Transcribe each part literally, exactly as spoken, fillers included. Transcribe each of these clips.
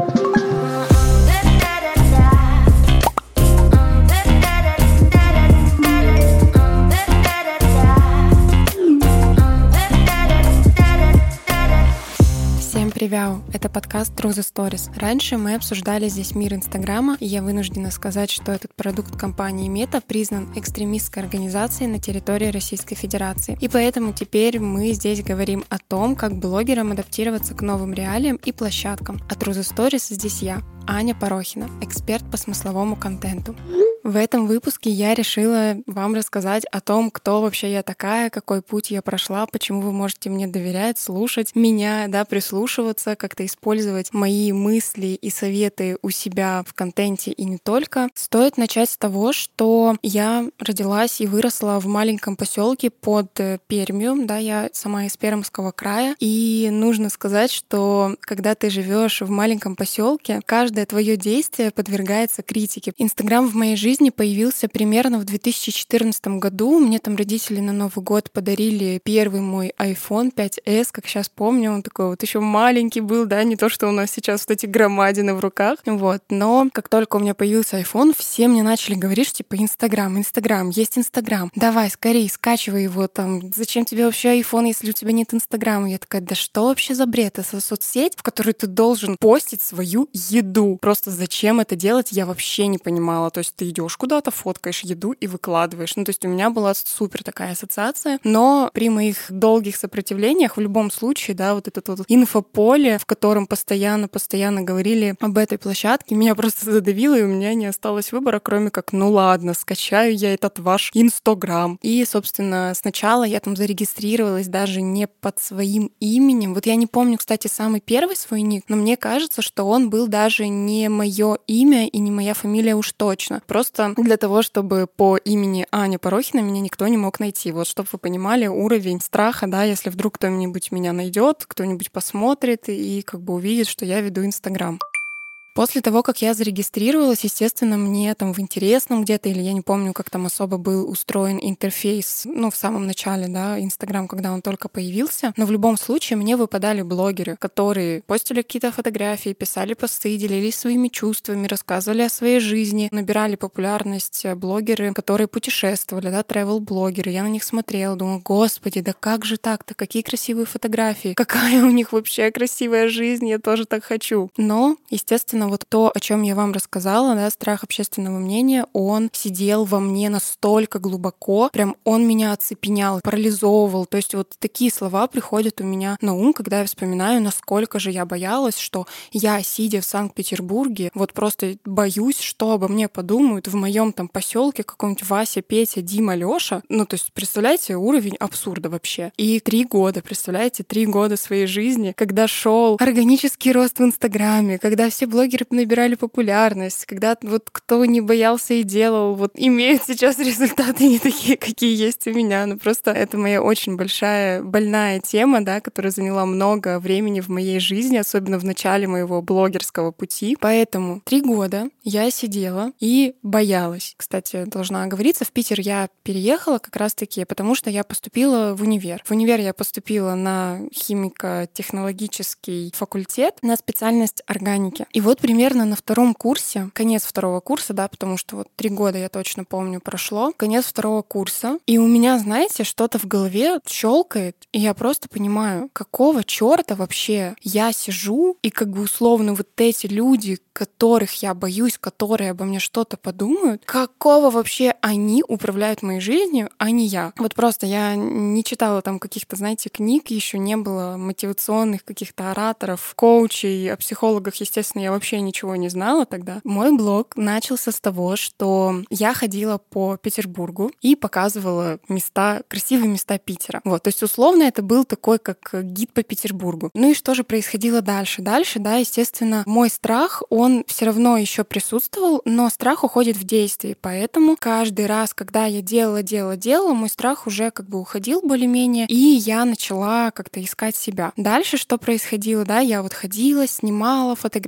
Привет, это подкаст True the Stories. Раньше мы обсуждали здесь мир Инстаграма, и я вынуждена сказать, что этот продукт компании Мета признан экстремистской организацией на территории Российской Федерации. И поэтому теперь мы здесь говорим о том, как блогерам адаптироваться к новым реалиям и площадкам. А True the Stories здесь я, Аня Порохина, эксперт по смысловому контенту. В этом выпуске я решила вам рассказать о том, кто вообще я такая, какой путь я прошла, почему вы можете мне доверять, слушать меня, да, прислушиваться, как-то использовать мои мысли и советы у себя в контенте и не только. Стоит начать с того, что я родилась и выросла в маленьком поселке под Пермью, да, я сама из Пермского края, и нужно сказать, что когда ты живешь в маленьком поселке, каждое твое действие подвергается критике. Инстаграм в моей жизни появился примерно в две тысячи четырнадцатом году. Мне там родители на Новый год подарили первый мой айфон пять эс, как сейчас помню, он такой вот еще маленький был, да, не то, что у нас сейчас вот эти громадины в руках, вот. Но как только у меня появился айфон, все мне начали говорить, что типа Инстаграм, Инстаграм, есть Инстаграм, давай, скорее, скачивай его там, зачем тебе вообще айфон, если у тебя нет Инстаграма? Я такая, да что вообще за бред? Это соцсеть, в которой ты должен постить свою еду. Просто зачем это делать, я вообще не понимала. То есть ты идешь куда-то, фоткаешь еду и выкладываешь. Ну, то есть у меня была супер такая ассоциация, но при моих долгих сопротивлениях в любом случае, да, вот это вот инфополе, в котором постоянно-постоянно говорили об этой площадке, меня просто задавило, и у меня не осталось выбора, кроме как, ну ладно, скачаю я этот ваш Инстаграм. И, собственно, сначала я там зарегистрировалась даже не под своим именем. Вот я не помню, кстати, самый первый свой ник, но мне кажется, что он был даже не мое имя и не моя фамилия уж точно. Просто для того, чтобы по имени Аня Порохина меня никто не мог найти. Вот, чтобы вы понимали уровень страха, да, если вдруг кто-нибудь меня найдет, кто-нибудь посмотрит и как бы увидит, что я веду Инстаграм. После того, как я зарегистрировалась, естественно, мне там в интересном где-то, или я не помню, как там особо был устроен интерфейс, ну, в самом начале, да, Инстаграм, когда он только появился, но в любом случае мне выпадали блогеры, которые постили какие-то фотографии, писали посты, делились своими чувствами, рассказывали о своей жизни, набирали популярность блогеры, которые путешествовали, да, travel-блогеры. Я на них смотрела, думала, господи, да как же так-то, какие красивые фотографии, какая у них вообще красивая жизнь, я тоже так хочу. Но, естественно, вот то, о чем я вам рассказала, да, страх общественного мнения, он сидел во мне настолько глубоко, прям он меня оцепенял, парализовывал. То есть вот такие слова приходят у меня на ум, когда я вспоминаю, насколько же я боялась, что я, сидя в Санкт-Петербурге, вот просто боюсь, что обо мне подумают в моем там поселке какой-нибудь Вася, Петя, Дима, Лёша. Ну, то есть, представляете, уровень абсурда вообще. И три года, представляете, три года своей жизни, когда шел органический рост в Инстаграме, когда все блогеры набирали популярность, когда вот кто не боялся и делал, вот имеют сейчас результаты не такие, какие есть у меня. Ну просто это моя очень большая больная тема, да, которая заняла много времени в моей жизни, особенно в начале моего блогерского пути. Поэтому три года я сидела и боялась. Кстати, должна оговориться, в Питер я переехала как раз-таки, потому что я поступила в универ. В универ я поступила на химико-технологический факультет на специальность органики. И вот примерно на втором курсе, конец второго курса, да, потому что вот три года, я точно помню, прошло, конец второго курса, и у меня, знаете, что-то в голове щелкает, и я просто понимаю, какого черта вообще я сижу, и как бы условно вот эти люди, которых я боюсь, которые обо мне что-то подумают, какого вообще они управляют моей жизнью, а не я. Вот просто я не читала там каких-то, знаете, книг, еще не было мотивационных каких-то ораторов, коучей, о психологах, естественно, я вообще ничего не знала тогда. Мой блог начался с того, что я ходила по Петербургу и показывала места, красивые места Питера. Вот, то есть условно это был такой как гид по Петербургу. Ну и что же происходило дальше? Дальше, да, естественно, мой страх, он все равно еще присутствовал, но страх уходит в действие, поэтому каждый раз, когда я делала, делала, делала, мой страх уже как бы уходил более-менее, и я начала как-то искать себя. Дальше что происходило, да, я вот ходила, снимала, фотографировала,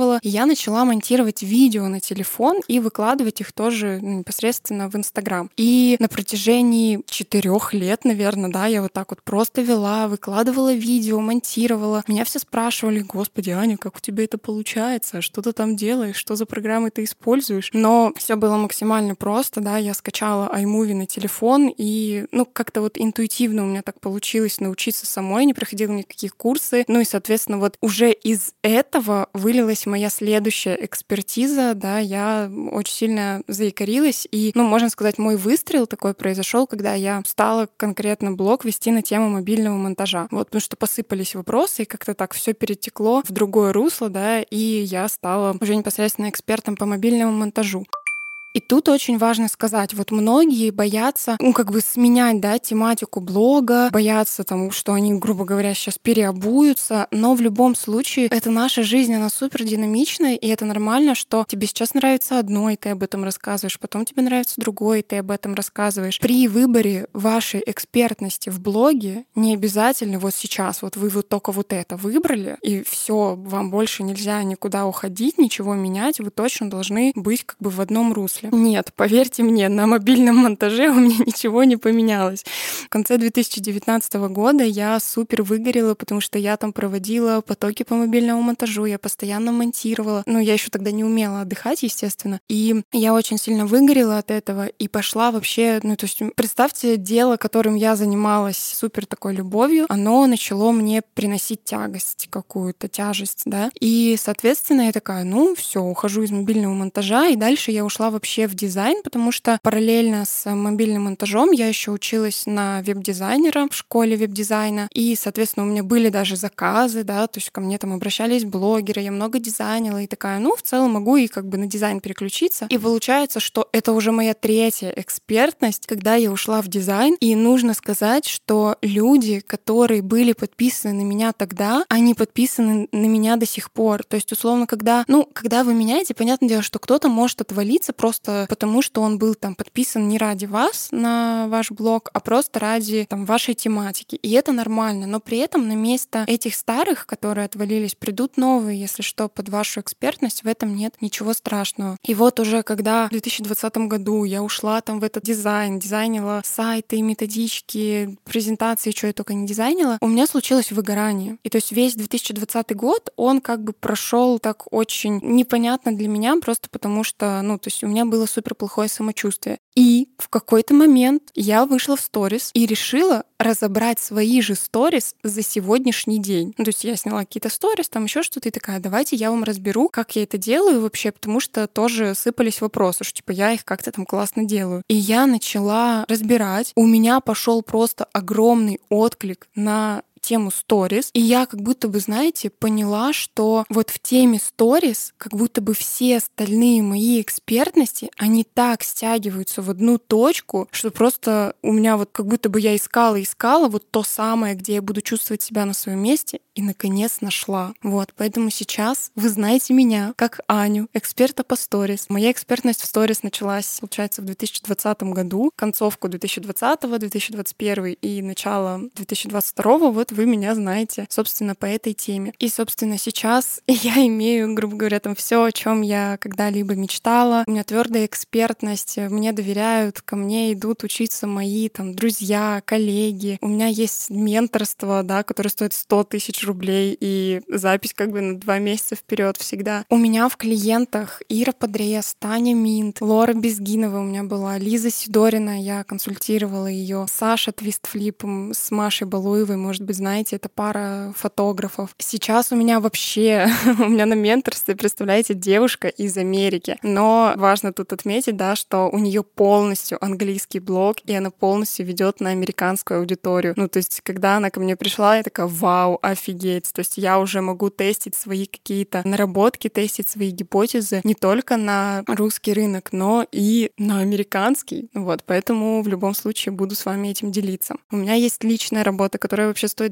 монтировала. И я начала монтировать видео на телефон и выкладывать их тоже непосредственно в Инстаграм. И на протяжении четырех лет, наверное, да, я вот так вот просто вела, выкладывала видео, монтировала. Меня все спрашивали: «Господи, Аня, как у тебя это получается? Что ты там делаешь? Что за программы ты используешь?» Но все было максимально просто, да, я скачала iMovie на телефон, и, ну, как-то вот интуитивно у меня так получилось научиться самой, не проходила никаких курсы. Ну и, соответственно, вот уже из этого вылилась моя следующая экспертиза, да, я очень сильно заикарилась, и, ну, можно сказать, мой выстрел такой произошел, когда я стала конкретно блог вести на тему мобильного монтажа. Вот, потому что посыпались вопросы, и как-то так все перетекло в другое русло, да, и я стала уже непосредственно экспертом по мобильному монтажу. И тут очень важно сказать, вот многие боятся, ну, как бы сменять, да, тематику блога, боятся тому, что они, грубо говоря, сейчас переобуются, но в любом случае это наша жизнь, она супер динамичная, и это нормально, что тебе сейчас нравится одно, и ты об этом рассказываешь, потом тебе нравится другое, и ты об этом рассказываешь. При выборе вашей экспертности в блоге не обязательно вот сейчас, вот вы вот только вот это выбрали, и все, вам больше нельзя никуда уходить, ничего менять, вы точно должны быть как бы в одном русле. Нет, поверьте мне, на мобильном монтаже у меня ничего не поменялось. В конце две тысячи девятнадцатого года я супер выгорела, потому что я там проводила потоки по мобильному монтажу, я постоянно монтировала. Ну, я еще тогда не умела отдыхать, естественно. И я очень сильно выгорела от этого и пошла вообще, ну, то есть представьте, дело, которым я занималась супер такой любовью, оно начало мне приносить тягость какую-то, тяжесть, да. И, соответственно, я такая, ну, все, ухожу из мобильного монтажа, и дальше я ушла вообще в дизайн, потому что параллельно с мобильным монтажом я еще училась на веб-дизайнера в школе веб-дизайна, и, соответственно, у меня были даже заказы, да, то есть ко мне там обращались блогеры, я много дизайнила, и такая, ну, в целом могу и как бы на дизайн переключиться. И получается, что это уже моя третья экспертность, когда я ушла в дизайн, и нужно сказать, что люди, которые были подписаны на меня тогда, они подписаны на меня до сих пор. То есть, условно, когда, ну, когда вы меняете, понятное дело, что кто-то может отвалиться просто потому, что он был там подписан не ради вас на ваш блог, а просто ради там вашей тематики. И это нормально. Но при этом на место этих старых, которые отвалились, придут новые, если что, под вашу экспертность. В этом нет ничего страшного. И вот уже когда в две тысячи двадцатом году я ушла там в этот дизайн, дизайнила сайты, методички, презентации, что я только не дизайнила, у меня случилось выгорание. И то есть весь две тысячи двадцатый год, он как бы прошел так очень непонятно для меня, просто потому что, ну, то есть у меня было супер плохое самочувствие. И в какой-то момент я вышла в сторис и решила разобрать свои же сторис за сегодняшний день. Ну, то есть я сняла какие-то сторис, там еще что-то, и такая, давайте я вам разберу, как я это делаю вообще, потому что тоже сыпались вопросы, что типа я их как-то там классно делаю. И я начала разбирать. У меня пошел просто огромный отклик на тему сторис, и я как будто бы, знаете, поняла, что вот в теме сторис как будто бы все остальные мои экспертности, они так стягиваются в одну точку, что просто у меня вот как будто бы я искала, искала вот то самое, где я буду чувствовать себя на своем месте, и наконец нашла. Вот, поэтому сейчас вы знаете меня как Аню, эксперта по сторис. Моя экспертность в сторис началась, получается, в две тысячи двадцатом году, концовку две тысячи двадцатого, две тысячи двадцать первый и начало две тысячи двадцать второго, вот вы меня знаете, собственно, по этой теме. И, собственно, сейчас я имею, грубо говоря, там все, о чем я когда-либо мечтала. У меня твердая экспертность, мне доверяют, ко мне идут учиться мои там друзья, коллеги. У меня есть менторство, да, которое стоит сто тысяч рублей, и запись как бы на два месяца вперед всегда. У меня в клиентах Ира Подрез, Таня Минт, Лора Безгинова у меня была, Лиза Сидорина, я консультировала ее, Саша Твистфлип с Машей Балуевой, может быть, знаете, это пара фотографов. Сейчас у меня вообще, у меня на менторстве, представляете, девушка из Америки. Но важно тут отметить, да, что у нее полностью английский блог, и она полностью ведет на американскую аудиторию. Ну, то есть, когда она ко мне пришла, я такая, вау, офигеть. То есть я уже могу тестить свои какие-то наработки, тестить свои гипотезы не только на русский рынок, но и на американский. Вот, поэтому в любом случае буду с вами этим делиться. У меня есть личная работа, которая вообще стоит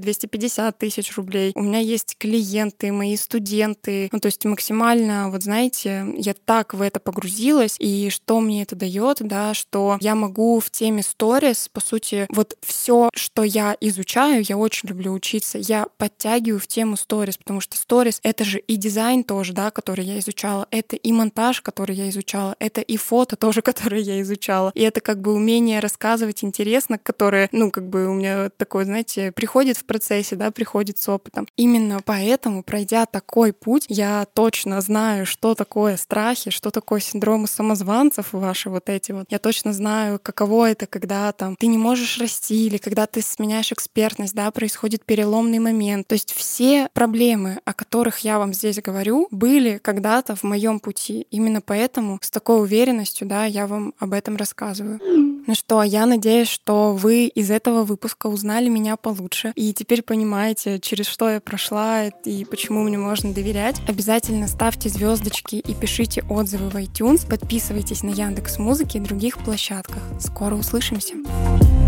двести пятьдесят тысяч рублей. У меня есть клиенты, мои студенты. Ну, то есть максимально, вот знаете, я так в это погрузилась, и что мне это дает, да, что я могу в теме сторис, по сути, вот все, что я изучаю, я очень люблю учиться, я подтягиваю в тему сторис, потому что сторис — это же и дизайн тоже, да, который я изучала, это и монтаж, который я изучала, это и фото тоже, которые я изучала, и это как бы умение рассказывать интересно, которое, ну, как бы у меня такое, знаете, приходит в процессе, да, приходит с опытом. Именно поэтому, пройдя такой путь, я точно знаю, что такое страхи, что такое синдромы самозванцев ваши вот эти вот. Я точно знаю, каково это, когда там ты не можешь расти, или когда ты сменяешь экспертность, да, происходит переломный момент. То есть все проблемы, о которых я вам здесь говорю, были когда-то в моем пути. Именно поэтому с такой уверенностью, да, я вам об этом рассказываю. Ну что, я надеюсь, что вы из этого выпуска узнали меня получше и теперь понимаете, через что я прошла и почему мне можно доверять. Обязательно ставьте звездочки и пишите отзывы в iTunes, подписывайтесь на Яндекс.Музыке и других площадках. Скоро услышимся!